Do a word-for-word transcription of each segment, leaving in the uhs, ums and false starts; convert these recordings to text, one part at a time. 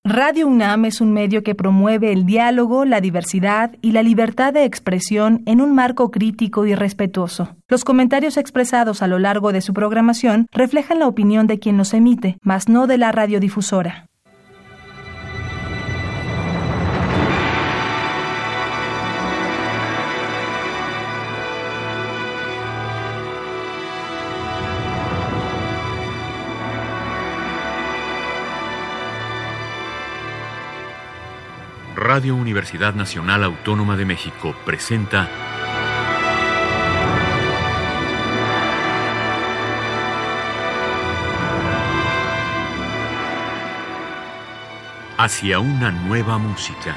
Radio UNAM es un medio que promueve el diálogo, la diversidad y la libertad de expresión en un marco crítico y respetuoso. Los comentarios expresados a lo largo de su programación reflejan la opinión de quien los emite, mas no de la radiodifusora. Radio Universidad Nacional Autónoma de México presenta Hacia una nueva música.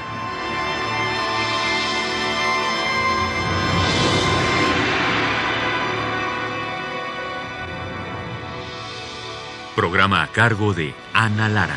Programa a cargo de Ana Lara.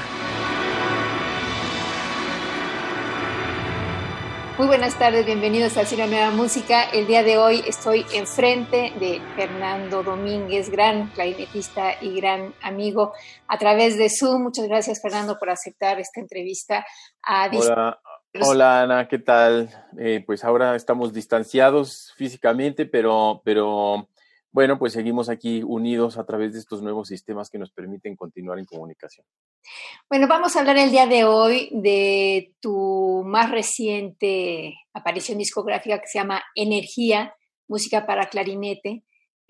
Muy buenas tardes, bienvenidos a Hacia una nueva música. El día de hoy estoy enfrente de Fernando Domínguez, gran clarinetista y gran amigo a través de Zoom. Muchas gracias, Fernando, por aceptar esta entrevista. A hola, hola, Ana, ¿qué tal? Eh, pues ahora estamos distanciados físicamente, pero, pero bueno, pues seguimos aquí unidos a través de estos nuevos sistemas que nos permiten continuar en comunicación. Bueno, vamos a hablar el día de hoy de tu más reciente aparición discográfica que se llama Energía, música para clarinete.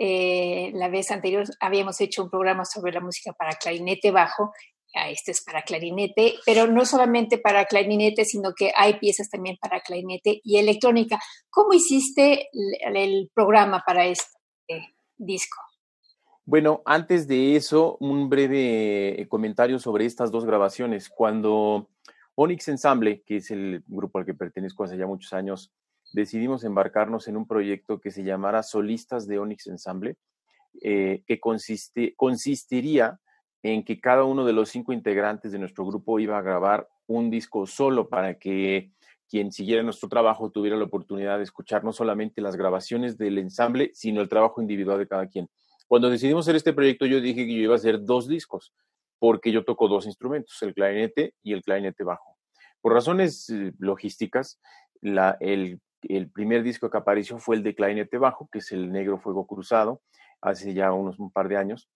Eh, la vez anterior habíamos hecho un programa sobre la música para clarinete bajo, este es para clarinete, pero no solamente para clarinete, sino que hay piezas también para clarinete y electrónica. ¿Cómo hiciste el, el programa para este disco? Bueno, antes de eso, un breve comentario sobre estas dos grabaciones. Cuando Onyx Ensemble, que es el grupo al que pertenezco hace ya muchos años, decidimos embarcarnos en un proyecto que se llamara Solistas de Onyx Ensemble, eh, que consiste, consistiría en que cada uno de los cinco integrantes de nuestro grupo iba a grabar un disco solo para que quien siguiera nuestro trabajo tuviera la oportunidad de escuchar no solamente las grabaciones del ensamble, sino el trabajo individual de cada quien. Cuando decidimos hacer este proyecto, yo dije que yo iba a hacer dos discos, porque yo toco dos instrumentos, el clarinete y el clarinete bajo. Por razones eh, logísticas, la, el, el primer disco que apareció fue el de clarinete bajo, que es el Negro Fuego Cruzado, hace ya unos un par de años.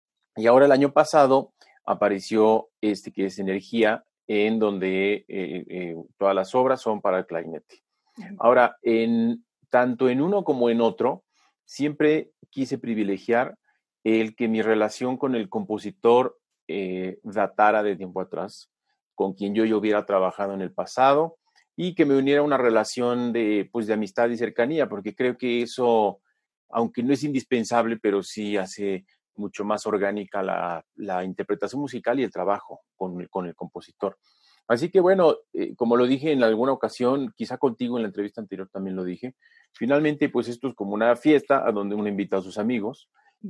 Y ahora el año pasado apareció este que es Energía, en donde eh, eh, todas las obras son para el clarinete. Ahora, en, tanto en uno como en otro, siempre quise privilegiar el que mi relación con el compositor eh, datara de tiempo atrás, con quien yo, yo hubiera trabajado en el pasado y que me uniera una relación de, pues, de amistad y cercanía, porque creo que eso, aunque no es indispensable, pero sí hace mucho más orgánica la, la interpretación musical y el trabajo con el, con el compositor. Así que bueno, eh, como lo dije en alguna ocasión, quizá contigo en la entrevista anterior también lo dije, finalmente pues esto es como una fiesta a donde uno invita a sus amigos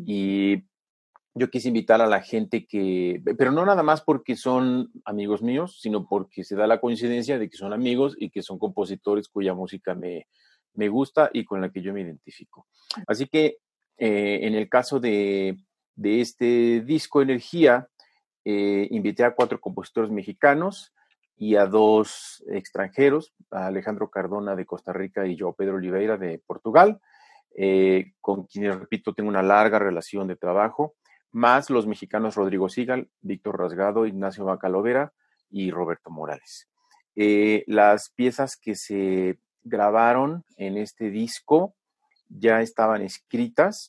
y yo quise invitar a la gente que, pero no nada más porque son amigos míos, sino porque se da la coincidencia de que son amigos y que son compositores cuya música me, me gusta y con la que yo me identifico. Así que eh, en el caso de, de este disco Energía, eh, invité a cuatro compositores mexicanos y a dos extranjeros, a Alejandro Cardona de Costa Rica y yo, Pedro Oliveira de Portugal, eh, con quienes, repito, tengo una larga relación de trabajo, más los mexicanos Rodrigo Sigal, Víctor Rasgado, Ignacio Bacalovera y Roberto Morales. Eh, las piezas que se grabaron en este disco ya estaban escritas,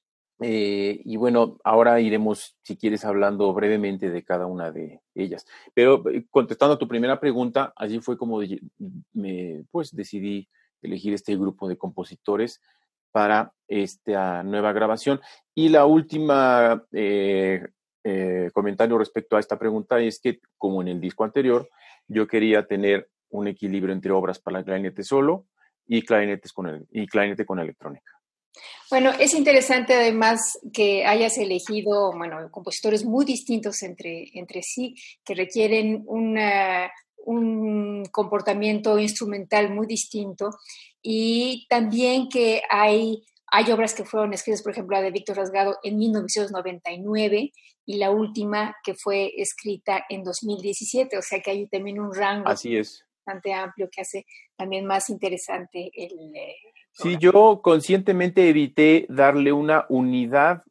Eh, y bueno, ahora iremos, si quieres, hablando brevemente de cada una de ellas. Pero contestando a tu primera pregunta, allí fue como de, me, pues decidí elegir este grupo de compositores para esta nueva grabación. Y la última eh, eh, comentario respecto a esta pregunta es que, como en el disco anterior, yo quería tener un equilibrio entre obras para clarinete solo y, clarinetes con el, y clarinete con electrónica. Bueno, es interesante además que hayas elegido, bueno, compositores muy distintos entre, entre sí, que requieren una, un comportamiento instrumental muy distinto y también que hay hay obras que fueron escritas, por ejemplo, la de Víctor Rasgado en mil novecientos noventa y nueve y la última que fue escrita en dos mil diecisiete, o sea que hay también un rango Así es. bastante amplio que hace también más interesante el eh, Sí, yo conscientemente evité darle una unidad,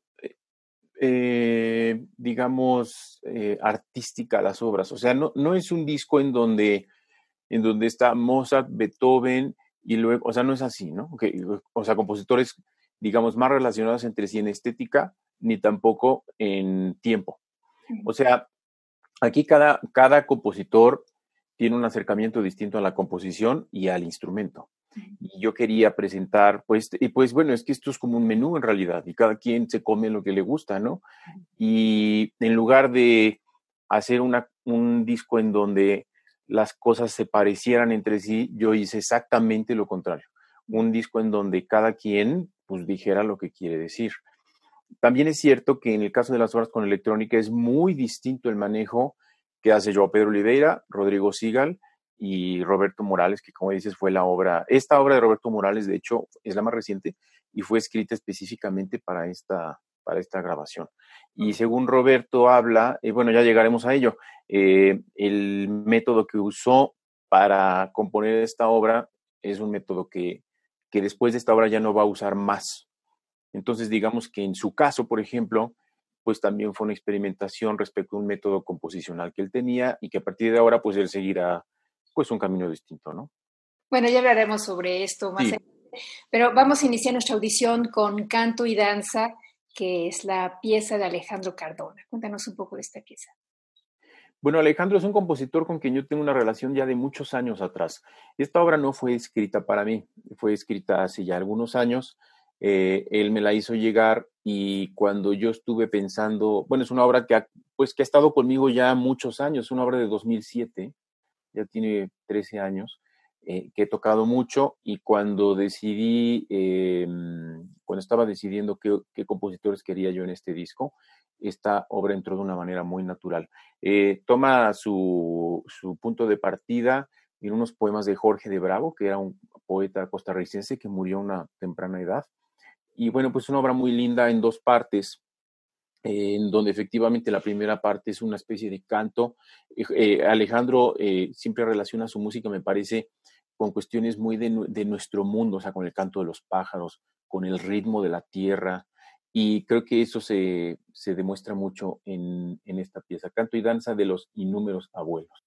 eh, digamos, eh, artística a las obras. O sea, no, no es un disco en donde, en donde está Mozart, Beethoven y luego, o sea, no es así, ¿no? Okay, o sea, compositores, digamos, más relacionados entre sí en estética, ni tampoco en tiempo. O sea, aquí cada, cada compositor tiene un acercamiento distinto a la composición y al instrumento. Y yo quería presentar, pues, y pues bueno, es que esto es como un menú en realidad, y cada quien se come lo que le gusta, ¿no? Y en lugar de hacer una, un disco en donde las cosas se parecieran entre sí, yo hice exactamente lo contrario. Un disco en donde cada quien, pues, dijera lo que quiere decir. También es cierto que en el caso de las obras con electrónica es muy distinto el manejo que hace João Pedro Oliveira, Rodrigo Sigal y Roberto Morales, que como dices fue la obra, esta obra de Roberto Morales de hecho es la más reciente y fue escrita específicamente para esta, para esta grabación. Y según Roberto habla, eh, bueno, ya llegaremos a ello, eh, el método que usó para componer esta obra es un método que, que después de esta obra ya no va a usar más. Entonces, digamos que en su caso, por ejemplo, pues también fue una experimentación respecto a un método composicional que él tenía y que a partir de ahora, pues él seguirá pues un camino distinto, ¿no? Bueno, ya hablaremos sobre esto más Sí. adelante, pero vamos a iniciar nuestra audición con Canto y Danza, que es la pieza de Alejandro Cardona. Cuéntanos un poco de esta pieza. Bueno, Alejandro es un compositor con quien yo tengo una relación ya de muchos años atrás. Esta obra no fue escrita para mí, fue escrita hace ya algunos años. Eh, él me la hizo llegar y cuando yo estuve pensando, bueno, es una obra que ha, pues, que ha estado conmigo ya muchos años, es una obra de dos mil siete, ya tiene trece años, eh, que he tocado mucho y cuando decidí, eh, cuando estaba decidiendo qué, qué compositores quería yo en este disco, esta obra entró de una manera muy natural. Eh, toma su, su punto de partida en unos poemas de Jorge de Bravo, que era un poeta costarricense que murió a una temprana edad. Y bueno, pues una obra muy linda en dos partes, eh, en donde efectivamente la primera parte es una especie de canto. Eh, Alejandro eh, siempre relaciona su música, me parece, con cuestiones muy de, de nuestro mundo, o sea, con el canto de los pájaros, con el ritmo de la tierra, y creo que eso se, se demuestra mucho en, en esta pieza, Canto y Danza de los Inúmeros Abuelos.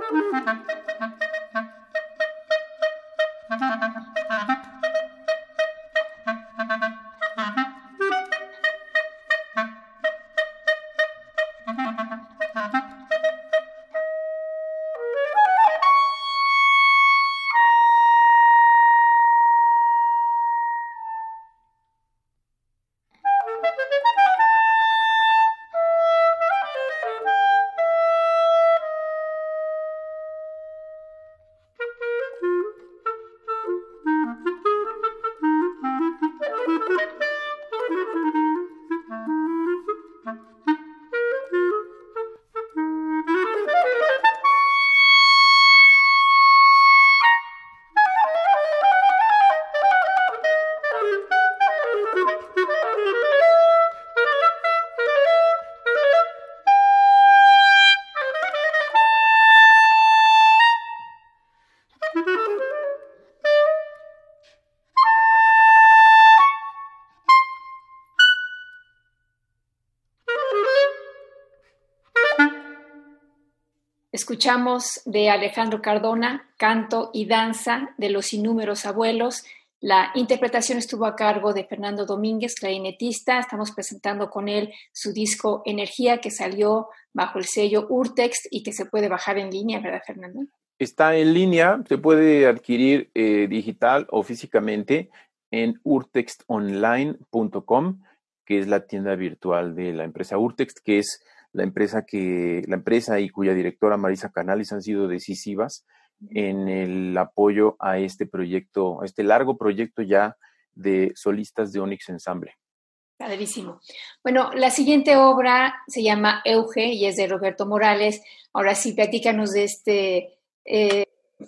Escuchamos de Alejandro Cardona, Canto y Danza de los Inúmeros Abuelos. La interpretación estuvo a cargo de Fernando Domínguez, clarinetista. Estamos presentando con él su disco Energía, que salió bajo el sello Urtext y que se puede bajar en línea, ¿verdad, Fernando? Está en línea, se puede adquirir eh, digital o físicamente en urtext online punto com, que es la tienda virtual de la empresa Urtext, que es la empresa que la empresa y cuya directora Marisa Canales han sido decisivas en el apoyo a este proyecto, a este largo proyecto ya de solistas de Onyx Ensemble. Padrísimo. Bueno, la siguiente obra se llama Euge y es de Roberto Morales. Ahora sí, platícanos de este, eh,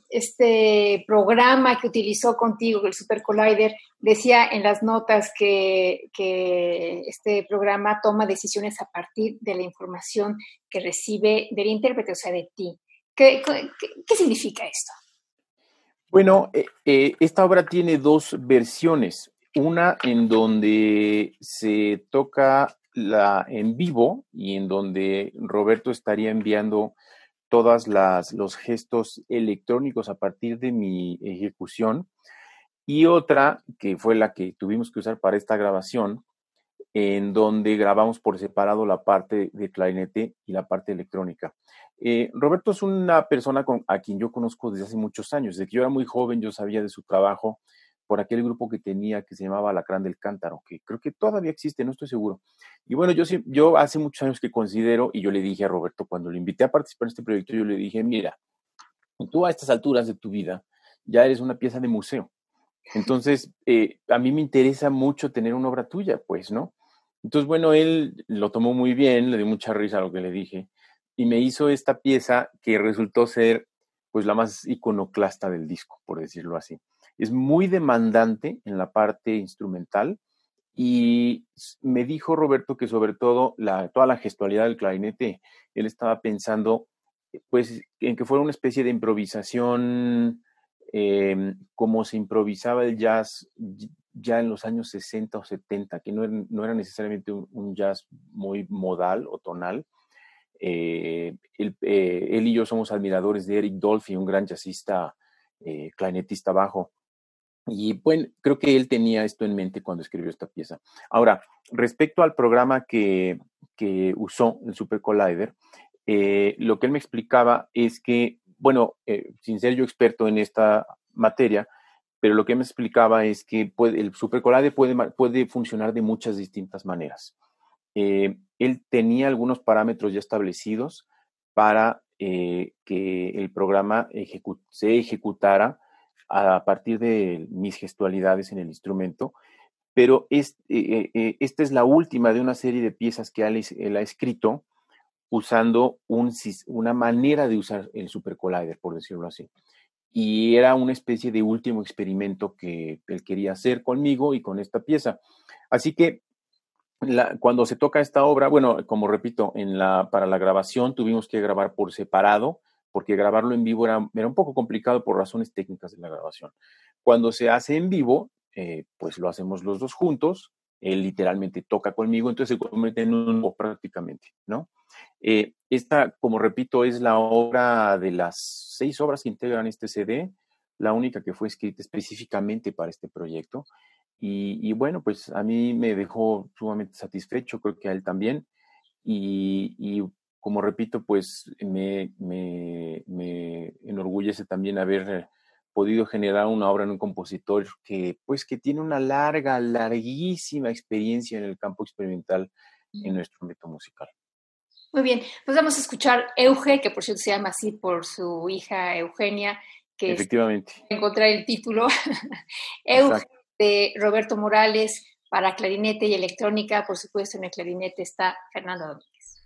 este programa que utilizó contigo, el Super Collider. Decía en las notas que, que este programa toma decisiones a partir de la información que recibe del intérprete, o sea, de ti. ¿Qué, qué, qué significa esto? Bueno, eh, eh, esta obra tiene dos versiones. Una en donde se toca la en vivo y en donde Roberto estaría enviando todas las los gestos electrónicos a partir de mi ejecución, y otra que fue la que tuvimos que usar para esta grabación, en donde grabamos por separado la parte de clarinete y la parte electrónica. Eh, Roberto es una persona con, a quien yo conozco desde hace muchos años. Desde que yo era muy joven yo sabía de su trabajo por aquel grupo que tenía que se llamaba Alacrán del Cántaro, que creo que todavía existe, no estoy seguro. Y bueno, yo, yo hace muchos años que considero, y yo le dije a Roberto cuando le invité a participar en este proyecto, yo le dije, mira, tú a estas alturas de tu vida ya eres una pieza de museo. Entonces, eh, a mí me interesa mucho tener una obra tuya, pues, ¿no? Entonces, bueno, él lo tomó muy bien, le dio mucha risa a lo que le dije, y me hizo esta pieza que resultó ser, pues, la más iconoclasta del disco, por decirlo así. Es muy demandante en la parte instrumental, y me dijo Roberto que sobre todo la, toda la gestualidad del clarinete, él estaba pensando, pues, en que fuera una especie de improvisación, eh, como se improvisaba el jazz ya en los años sesenta o setenta, que no era, no era necesariamente un, un jazz muy modal o tonal. Eh, él, eh, él y yo somos admiradores de Eric Dolphy, un gran jazzista, eh, clarinetista bajo. Y bueno, creo que él tenía esto en mente cuando escribió esta pieza. Ahora, respecto al programa que, que usó, el Super Collider, eh, lo que él me explicaba es que, bueno, eh, sin ser yo experto en esta materia, pero lo que me explicaba es que puede, el Super Collider puede, puede funcionar de muchas distintas maneras. Eh, él tenía algunos parámetros ya establecidos para eh, que el programa ejecu- se ejecutara a partir de mis gestualidades en el instrumento, pero es, eh, eh, esta es la última de una serie de piezas que él, él ha escrito usando un, una manera de usar el Super Collider, por decirlo así. Y era una especie de último experimento que él quería hacer conmigo y con esta pieza. Así que la, cuando se toca esta obra, bueno, como repito, en la, para la grabación tuvimos que grabar por separado, porque grabarlo en vivo era, era un poco complicado por razones técnicas de la grabación. Cuando se hace en vivo, eh, pues lo hacemos los dos juntos, él literalmente toca conmigo, entonces se convierte en un prácticamente, ¿no? Eh, esta, como repito, es la obra de las seis obras que integran este C D, la única que fue escrita específicamente para este proyecto. Y, y bueno, pues a mí me dejó sumamente satisfecho, creo que a él también. Y, y como repito, pues me, me, me enorgullece también haber podido generar una obra en un compositor que, pues, que tiene una larga, larguísima experiencia en el campo experimental en nuestro método musical. Muy bien, pues vamos a escuchar Euge, que por cierto se llama así por su hija Eugenia, que efectivamente es, encontrar el título, Euge de Roberto Morales, para clarinete y electrónica. Por supuesto, en el clarinete está Fernando Domínguez.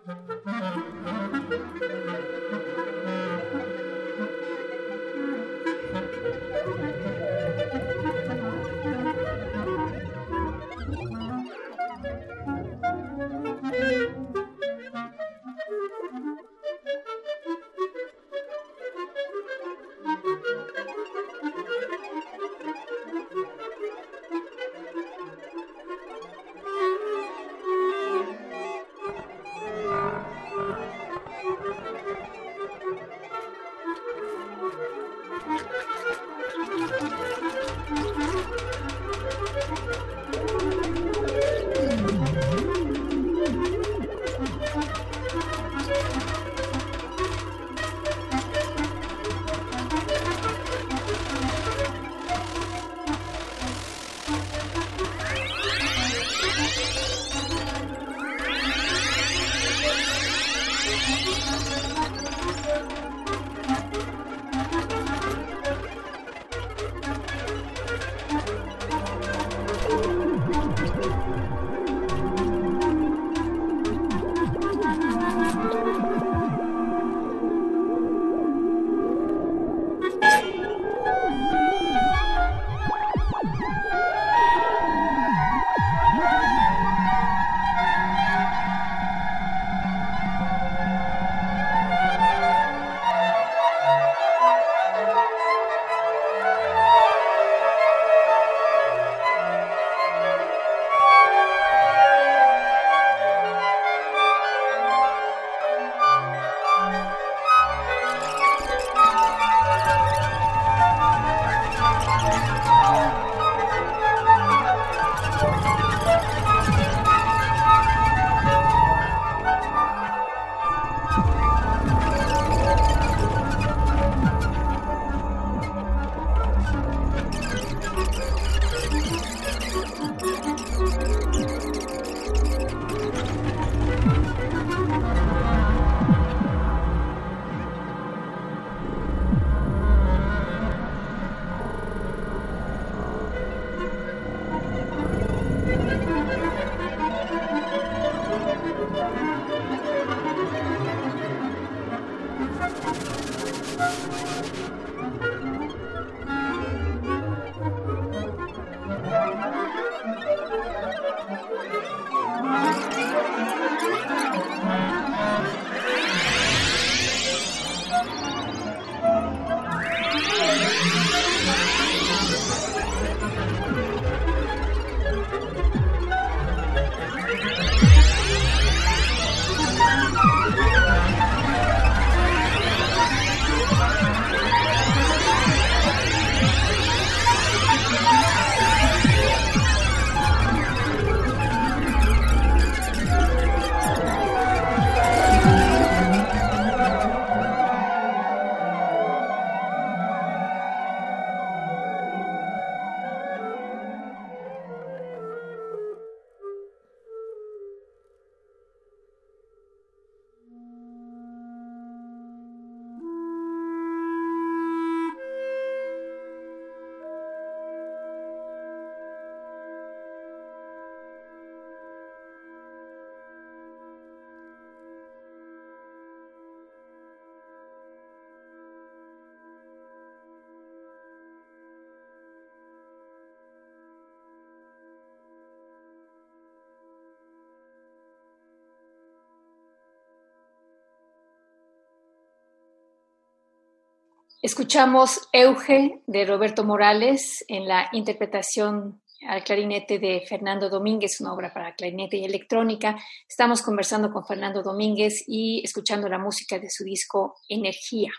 Escuchamos Euge de Roberto Morales en la interpretación al clarinete de Fernando Domínguez, una obra para clarinete y electrónica. Estamos conversando con Fernando Domínguez y escuchando la música de su disco Energía.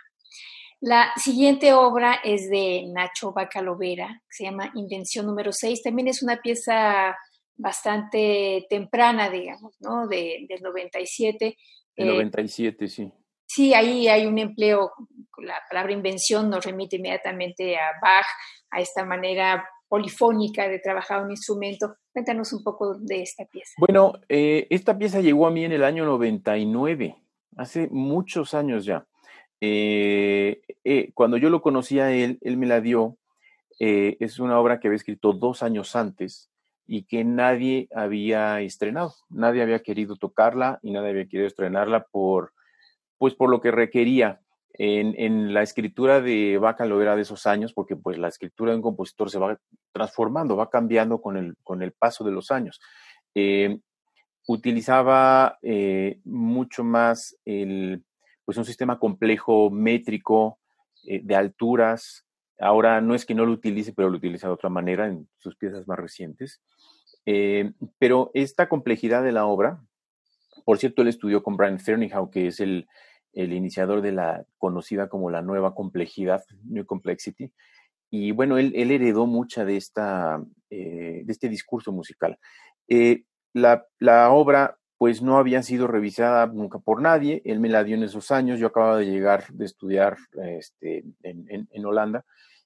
La siguiente obra es de Nacho Bacalovera, que se llama Invención número seis. También es una pieza bastante temprana, digamos, ¿no? De, del noventa y siete. El eh, noventa y siete, sí. Sí, ahí hay un empleo, la palabra invención nos remite inmediatamente a Bach, a esta manera polifónica de trabajar un instrumento. Cuéntanos un poco de esta pieza. Bueno, eh, esta pieza llegó a mí en el año noventa y nueve, hace muchos años ya. Eh, eh, cuando yo lo conocí a él, él me la dio. Eh, es una obra que había escrito dos años antes y que nadie había estrenado, nadie había querido tocarla y nadie había querido estrenarla por, pues por lo que requería en, en la escritura de Vaca Lovera de esos años, porque pues la escritura de un compositor se va transformando, va cambiando con el, con el paso de los años. Eh, utilizaba eh, mucho más el, pues un sistema complejo, métrico, eh, de alturas. Ahora no es que no lo utilice, pero lo utiliza de otra manera en sus piezas más recientes. Eh, pero esta complejidad de la obra, por cierto, él estudió con Brian Ferneyhough, que es el, el iniciador de la conocida como la nueva complejidad, New Complexity, y bueno, él, él heredó mucha de, esta, eh, de este discurso musical. Eh, la, la obra pues no había sido revisada nunca por nadie, él me la dio en esos años, yo acababa de llegar de estudiar este, en, en, en Holanda,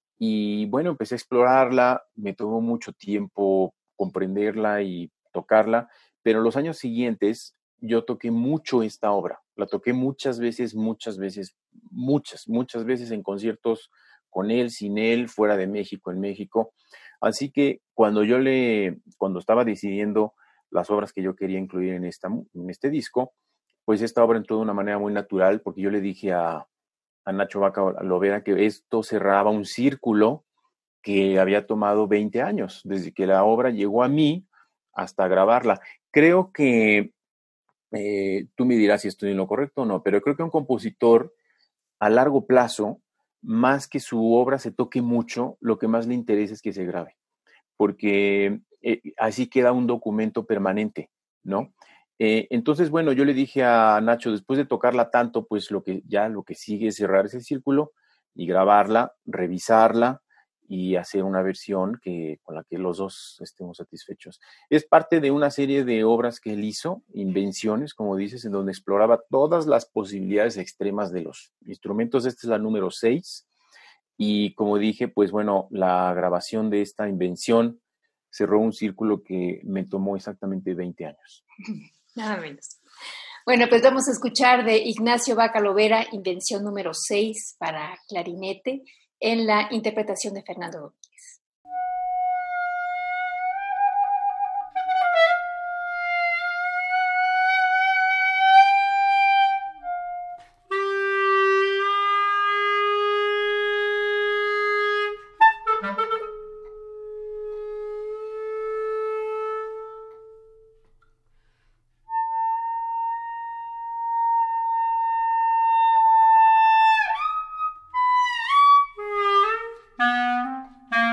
y bueno, empecé a explorarla, me tomó mucho tiempo comprenderla y tocarla, pero en los años siguientes yo toqué mucho esta obra, la toqué muchas veces, muchas veces, muchas, muchas veces en conciertos con él, sin él, fuera de México, en México. Así que cuando yo le, cuando estaba decidiendo las obras que yo quería incluir en, esta, en este disco, pues esta obra entró de una manera muy natural, porque yo le dije a, a Nacho Vaca Lovera que esto cerraba un círculo que había tomado veinte años, desde que la obra llegó a mí hasta grabarla. Creo que, eh, tú me dirás si estoy en lo correcto o no, pero creo que un compositor a largo plazo, más que su obra se toque mucho, lo que más le interesa es que se grabe, porque eh, así queda un documento permanente, ¿no? Eh, entonces, bueno, yo le dije a Nacho, después de tocarla tanto, pues lo que ya lo que sigue es cerrar ese círculo y grabarla, revisarla y hacer una versión que, con la que los dos estemos satisfechos. Es parte de una serie de obras que él hizo, invenciones, como dices, en donde exploraba todas las posibilidades extremas de los instrumentos. Esta es la número seis. Y como dije, pues bueno, la grabación de esta invención cerró un círculo que me tomó exactamente veinte años. Nada menos. Bueno, pues vamos a escuchar de Ignacio Vaca Lovera, invención número seis para clarinete, en la interpretación de Fernando Domínguez. Thank you.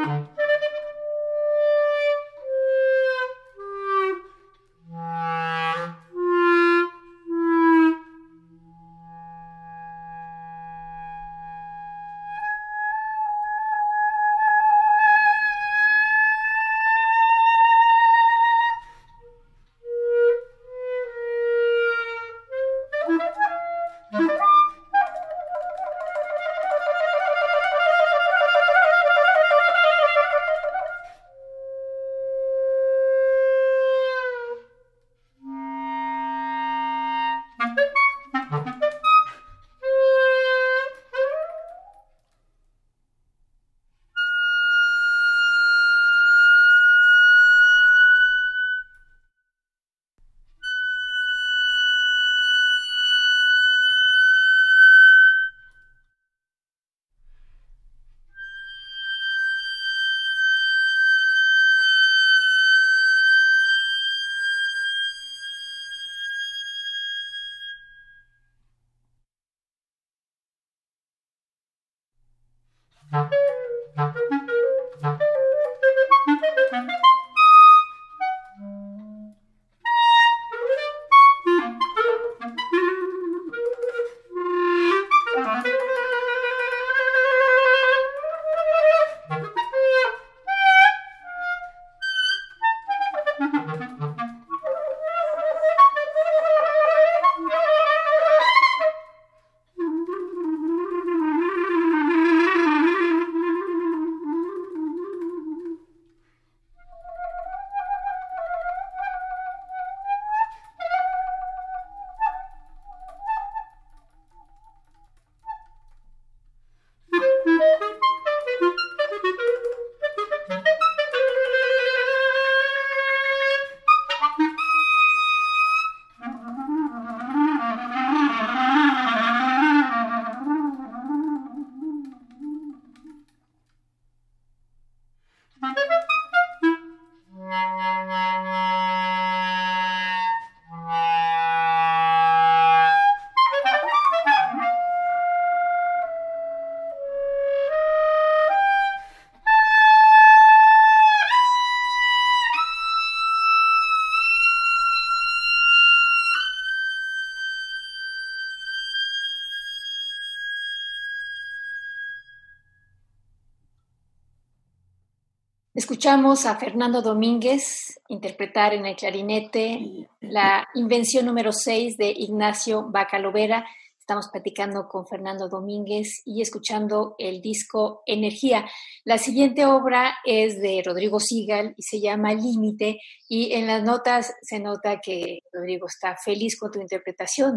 Escuchamos a Fernando Domínguez interpretar en el clarinete la invención número seis de Ignacio Bacalovera. Estamos platicando con Fernando Domínguez y escuchando el disco Energía. La siguiente obra es de Rodrigo Sigal y se llama Límite, y en las notas se nota que Rodrigo está feliz con tu interpretación.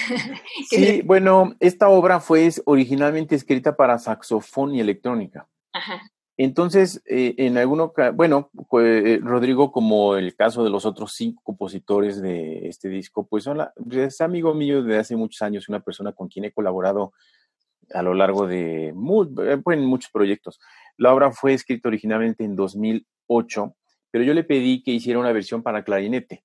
Sí, bueno, esta obra fue originalmente escrita para saxofón y electrónica. Ajá. Entonces, eh, en alguno, bueno, pues, Rodrigo, como el caso de los otros cinco compositores de este disco, pues son la, es amigo mío de hace muchos años, una persona con quien he colaborado a lo largo de muy, pues, en muchos proyectos. La obra fue escrita originalmente en dos mil ocho, pero yo le pedí que hiciera una versión para clarinete.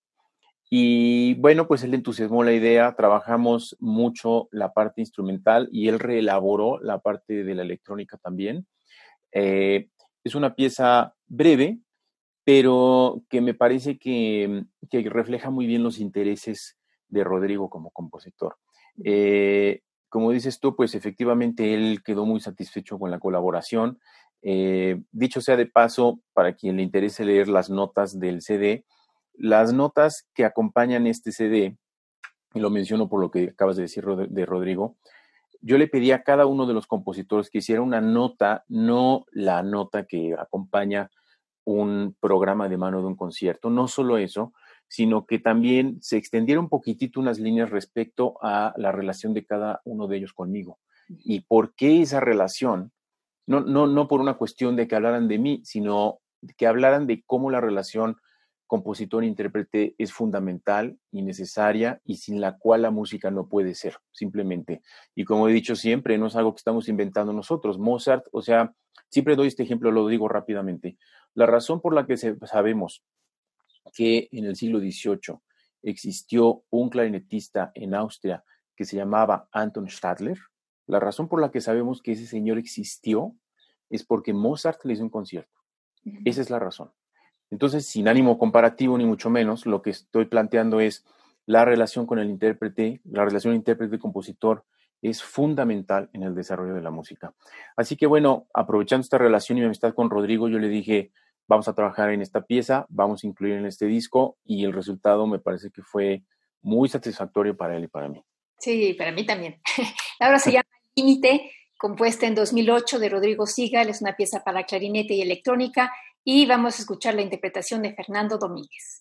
Y bueno, pues él entusiasmó la idea, trabajamos mucho la parte instrumental y él reelaboró la parte de la electrónica también. Eh, es una pieza breve, pero que me parece que, que refleja muy bien los intereses de Rodrigo como compositor. Eh, como dices tú, pues efectivamente él quedó muy satisfecho con la colaboración. Eh, dicho sea de paso, para quien le interese leer las notas del C D, las notas que acompañan este C D, y lo menciono por lo que acabas de decir de Rodrigo, yo le pedí a cada uno de los compositores que hiciera una nota, no la nota que acompaña un programa de mano de un concierto, no solo eso, sino que también se extendiera un poquitito unas líneas respecto a la relación de cada uno de ellos conmigo. Y por qué esa relación, no, no, no por una cuestión de que hablaran de mí, sino que hablaran de cómo la relación compositor-intérprete es fundamental y necesaria y sin la cual la música no puede ser, simplemente. Y como he dicho siempre, no es algo que estamos inventando nosotros. Mozart, o sea, siempre doy este ejemplo, lo digo rápidamente. La razón por la que sabemos que en el siglo dieciocho existió un clarinetista en Austria que se llamaba Anton Stadler, la razón por la que sabemos que ese señor existió es porque Mozart le hizo un concierto. Uh-huh. Esa es la razón. Entonces, sin ánimo comparativo ni mucho menos, lo que estoy planteando es la relación con el intérprete, la relación intérprete-compositor es fundamental en el desarrollo de la música. Así que bueno, aprovechando esta relación y mi amistad con Rodrigo, yo le dije, vamos a trabajar en esta pieza, vamos a incluir en este disco, y el resultado me parece que fue muy satisfactorio para él y para mí. Sí, para mí también. La obra se llama Límite, compuesta en dos mil ocho de Rodrigo Sigal, es una pieza para clarinete y electrónica, y vamos a escuchar la interpretación de Fernando Domínguez.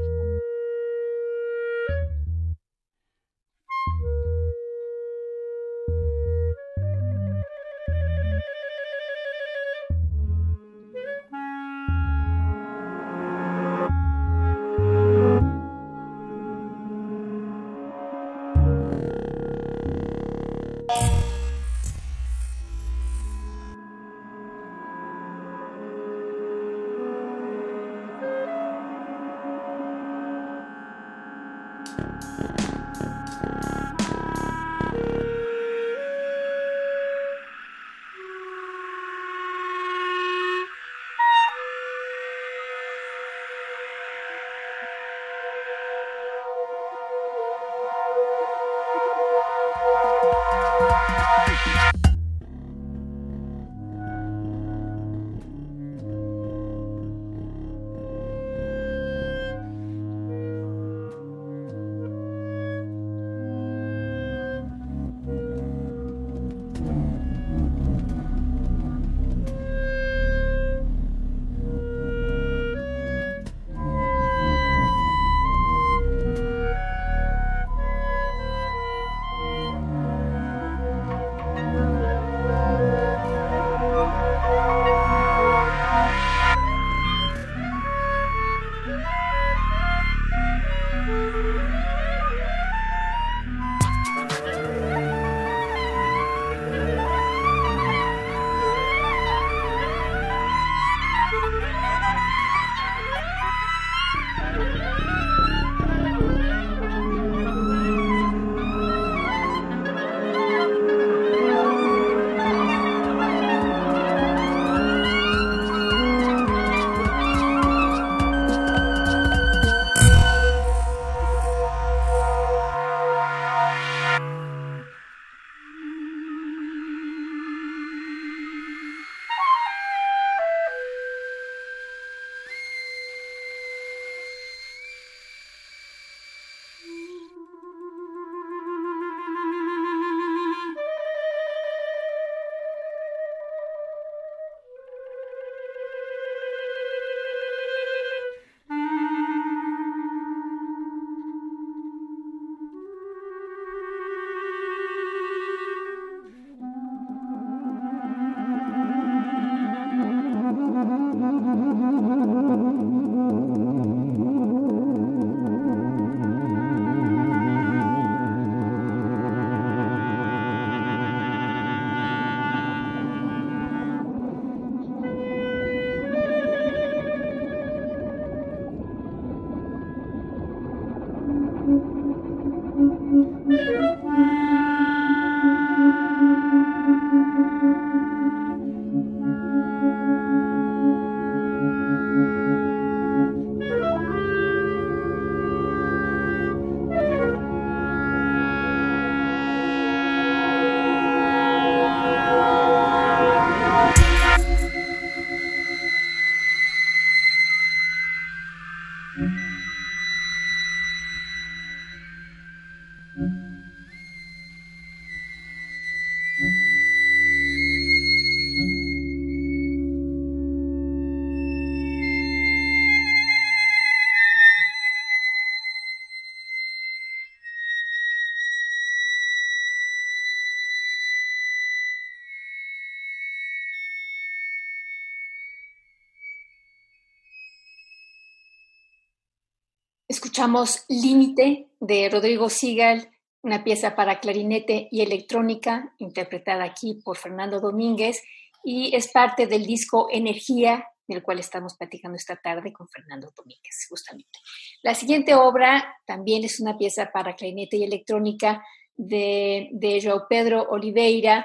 Escuchamos Límite de Rodrigo Sigal, una pieza para clarinete y electrónica, interpretada aquí por Fernando Domínguez, y es parte del disco Energía, del cual estamos platicando esta tarde con Fernando Domínguez, justamente. La siguiente obra también es una pieza para clarinete y electrónica de, de João Pedro Oliveira,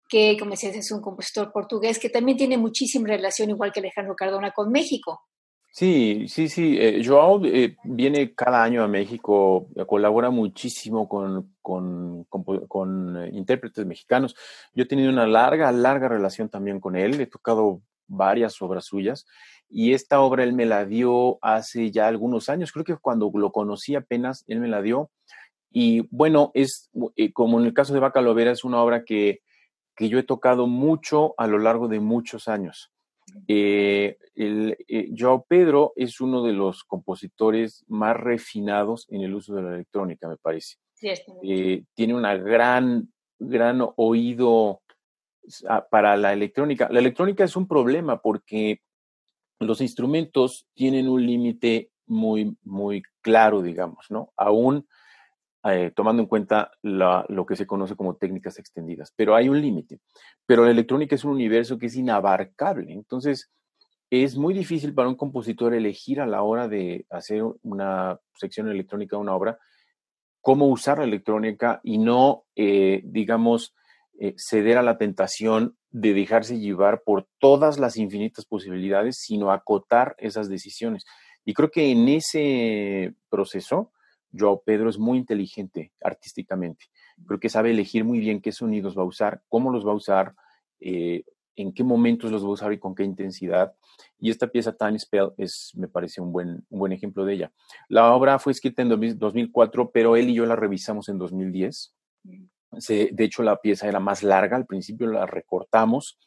que, como decías, es un compositor portugués que también tiene muchísima relación, igual que Alejandro Cardona, con México. Sí, sí, sí. Eh, Joao eh, viene cada año a México, eh, colabora muchísimo con, con, con, con, eh, intérpretes mexicanos. Yo he tenido una larga, larga relación también con él. He tocado varias obras suyas y esta obra él me la dio hace ya algunos años. Creo que cuando lo conocí apenas, él me la dio. Y bueno, es eh, como en el caso de Vaca Lovera, es una obra que, que yo he tocado mucho a lo largo de muchos años. Eh, el, eh, Joao Pedro es uno de los compositores más refinados en el uso de la electrónica, me parece. Sí, eh, tiene una gran, gran oído para la electrónica. La electrónica es un problema porque los instrumentos tienen un límite muy, muy claro, digamos, ¿no? Aún eh, tomando en cuenta la, lo que se conoce como técnicas extendidas, pero hay un límite. Pero la electrónica es un universo que es inabarcable, entonces es muy difícil para un compositor elegir a la hora de hacer una sección electrónica de una obra, cómo usar la electrónica y no, eh, digamos, eh, ceder a la tentación de dejarse llevar por todas las infinitas posibilidades, sino acotar esas decisiones. Y creo que en ese proceso, Joao Pedro es muy inteligente artísticamente. Creo que sabe elegir muy bien qué sonidos va a usar, cómo los va a usar, eh, en qué momentos los va a usar y con qué intensidad. Y esta pieza, Time Spell, es, me parece un buen, un buen ejemplo de ella. La obra fue escrita en dos mil cuatro, pero él y yo la revisamos en dos mil diez. Se, de hecho, la pieza era más larga, al principio la recortamos.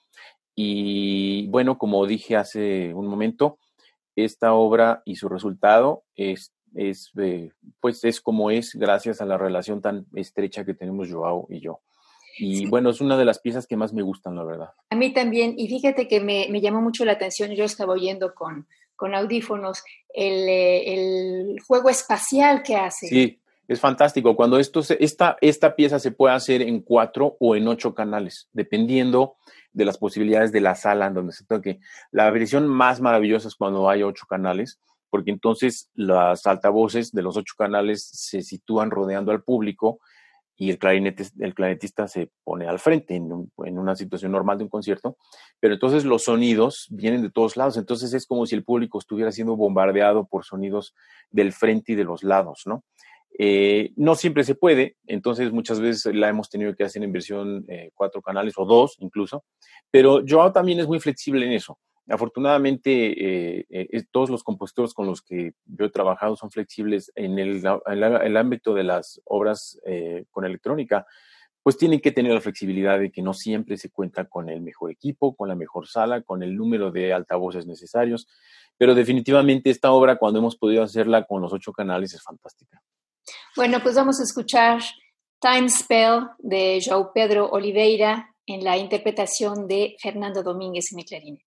Y bueno, como dije hace un momento, esta obra y su resultado es, es, eh, pues es como es gracias a la relación tan estrecha que tenemos Joao y yo. Y sí, bueno, es una de las piezas que más me gustan, la verdad. A mí también, y fíjate que me, me llamó mucho la atención, yo estaba oyendo con, con audífonos, el, el juego espacial que hace. Sí, es fantástico. Cuando esto se, esta, esta pieza se puede hacer en cuatro o en ocho canales, dependiendo de las posibilidades de la sala en donde se toque. La versión más maravillosa es cuando hay ocho canales, porque entonces las altavoces de los ocho canales se sitúan rodeando al público y el, clarinete, el clarinetista se pone al frente en, un, en una situación normal de un concierto, pero entonces los sonidos vienen de todos lados, entonces es como si el público estuviera siendo bombardeado por sonidos del frente y de los lados, ¿no? Eh, no siempre se puede, entonces muchas veces la hemos tenido que hacer en versión eh, cuatro canales o dos incluso, pero Joao también es muy flexible en eso. Afortunadamente, eh, eh, todos los compositores con los que yo he trabajado son flexibles en el, en la, el ámbito de las obras eh, con electrónica, pues tienen que tener la flexibilidad de que no siempre se cuenta con el mejor equipo, con la mejor sala, con el número de altavoces necesarios, pero definitivamente esta obra, cuando hemos podido hacerla con los ocho canales, es fantástica. Bueno, pues vamos a escuchar Time Spell de Joao Pedro Oliveira en la interpretación de Fernando Domínguez en el clarinete.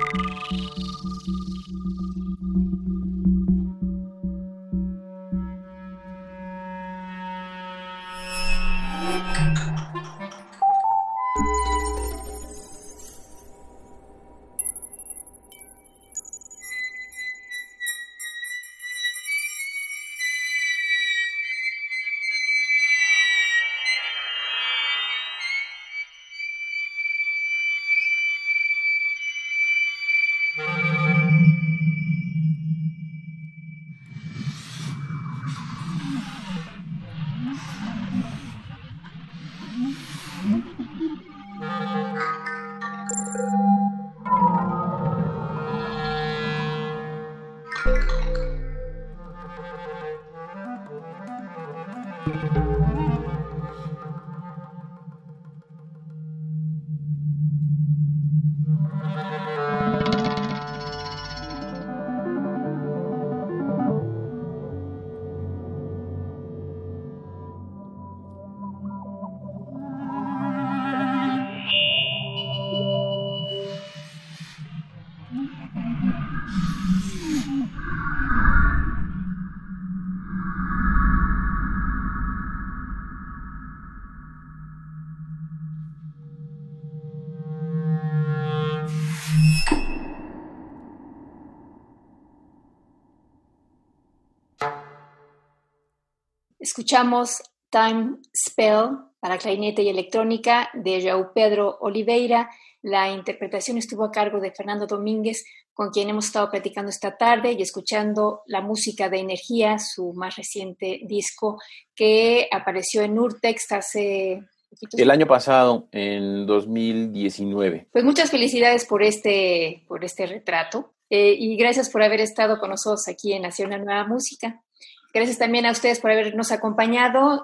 Escuchamos Time Spell para clarinete y electrónica de João Pedro Oliveira. La interpretación estuvo a cargo de Fernando Domínguez, con quien hemos estado platicando esta tarde y escuchando la música de Energía, su más reciente disco que apareció en Urtext hace... El año pasado, en dos mil diecinueve. Pues muchas felicidades por este, por este retrato eh, y gracias por haber estado con nosotros aquí en Hacia una Nueva Música. Gracias también a ustedes por habernos acompañado.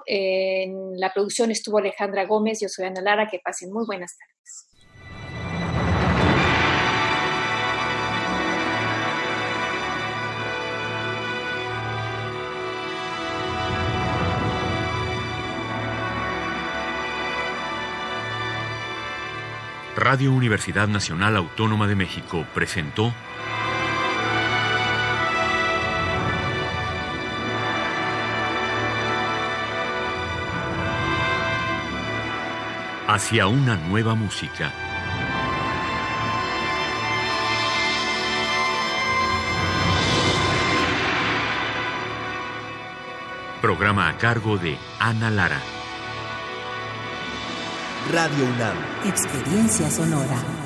En la producción estuvo Alejandra Gómez, yo soy Ana Lara, que pasen muy buenas tardes. Radio Universidad Nacional Autónoma de México presentó Hacia una Nueva Música. Programa a cargo de Ana Lara. Radio UNAM. Experiencia sonora.